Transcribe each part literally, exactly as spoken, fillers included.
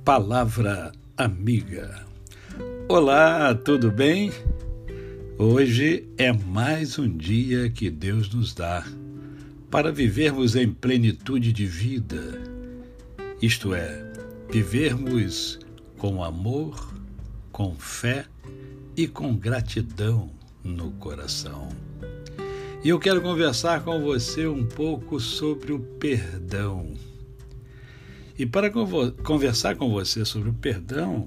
Palavra Amiga. Olá, tudo bem? Hoje é mais um dia que Deus nos dá para vivermos em plenitude de vida, isto é, vivermos com amor, com fé e com gratidão no coração. E eu quero conversar com você um pouco sobre o perdão. E para conversar com você sobre o perdão,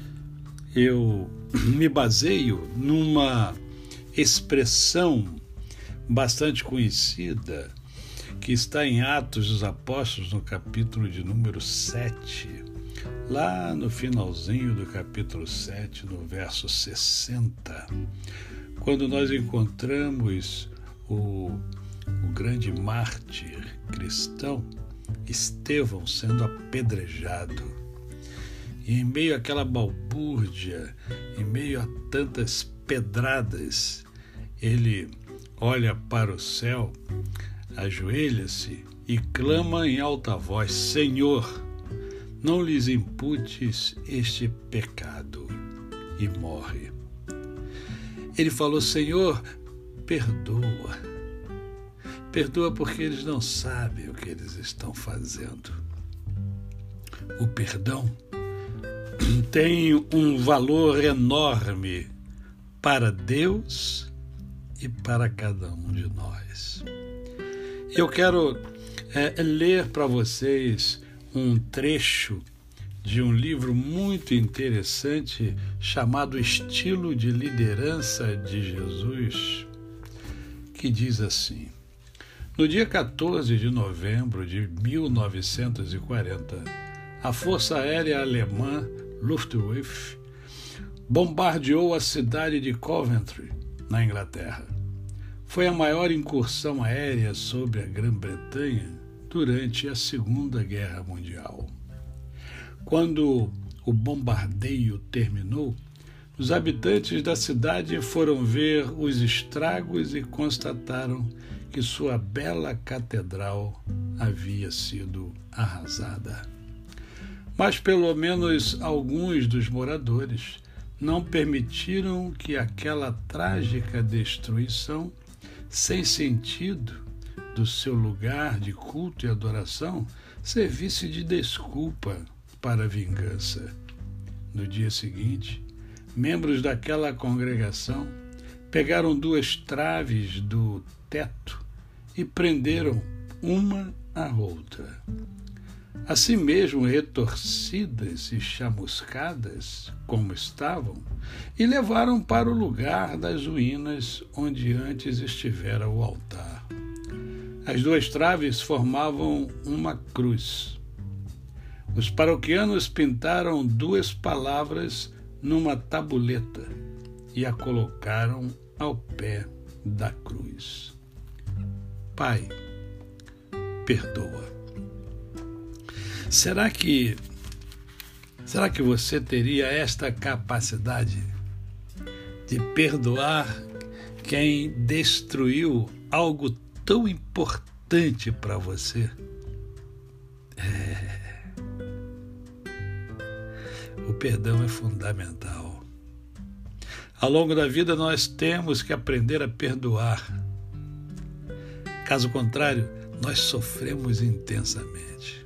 eu me baseio numa expressão bastante conhecida que está em Atos dos Apóstolos, no capítulo de número sete, lá no finalzinho do capítulo sete, no verso sessenta, quando nós encontramos o, o grande mártir cristão, Estevão, sendo apedrejado. E em meio àquela balbúrdia, em meio a tantas pedradas, ele olha para o céu, ajoelha-se e clama em alta voz: Senhor, não lhes imputes este pecado, e morre. Ele falou: Senhor, perdoa. Perdoa porque eles não sabem o que eles estão fazendo. O perdão tem um valor enorme para Deus e para cada um de nós. Eu quero é, ler para vocês um trecho de um livro muito interessante chamado Estilo de Liderança de Jesus, que diz assim: no dia quatorze de novembro de mil novecentos e quarenta, a Força Aérea Alemã Luftwaffe bombardeou a cidade de Coventry, na Inglaterra. Foi a maior incursão aérea sobre a Grã-Bretanha durante a Segunda Guerra Mundial. Quando o bombardeio terminou, os habitantes da cidade foram ver os estragos e constataram que sua bela catedral havia sido arrasada. Mas pelo menos alguns dos moradores não permitiram que aquela trágica destruição, sem sentido, do seu lugar de culto e adoração, servisse de desculpa para a vingança. No dia seguinte, membros daquela congregação pegaram duas traves do teto e prenderam uma à outra. Assim mesmo, retorcidas e chamuscadas, como estavam, e levaram para o lugar das ruínas onde antes estivera o altar. As duas traves formavam uma cruz. Os paroquianos pintaram duas palavras numa tabuleta e a colocaram ao pé da cruz: Pai, perdoa. Será que, será que você teria esta capacidade de perdoar quem destruiu algo tão importante para você? É. O perdão é fundamental. Ao longo da vida, nós temos que aprender a perdoar. Caso contrário, nós sofremos intensamente.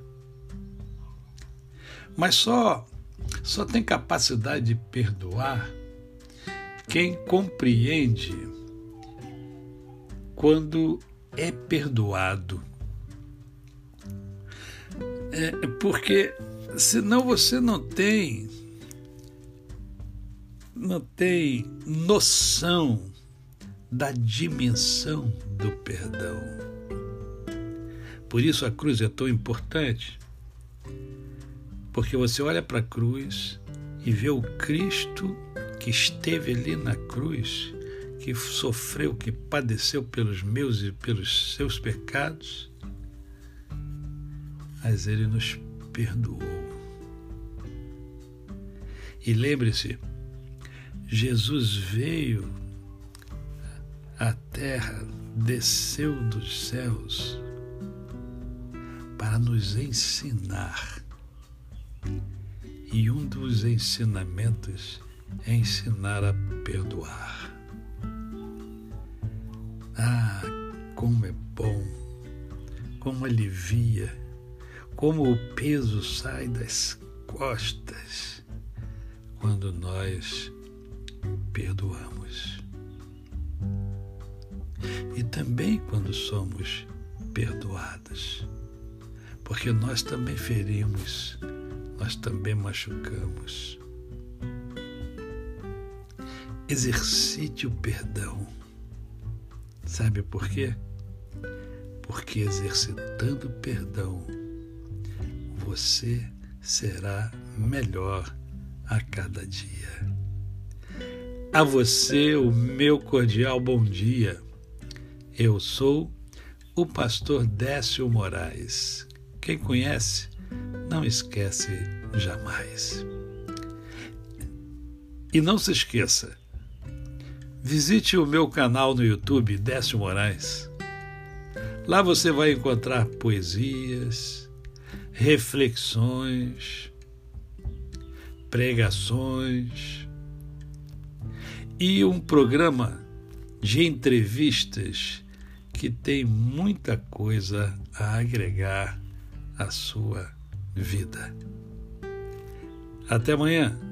Mas só, só tem capacidade de perdoar quem compreende quando é perdoado. É porque senão você não tem, não tem noção da dimensão do perdão. Por isso a cruz é tão importante, porque você olha para a cruz e vê o Cristo que esteve ali na cruz, que sofreu, que padeceu pelos meus e pelos seus pecados, mas ele nos perdoou. E lembre-se, Jesus veio à terra, desceu dos céus para nos ensinar E um dos ensinamentos é ensinar a perdoar. Ah, como é bom, como alivia, como o peso sai das costas quando nós perdoamos. E também quando somos perdoados, porque nós também ferimos, nós também machucamos. Exercite o perdão. Sabe por quê? Porque exercitando o perdão, você será melhor a cada dia. A você, o meu cordial bom dia. Eu sou o pastor Décio Moraes. Quem conhece, não esquece jamais. E não se esqueça, visite o meu canal no YouTube, Décio Moraes. Lá você vai encontrar poesias, reflexões, pregações e um programa de entrevistas que tem muita coisa a agregar à sua vida. Até amanhã.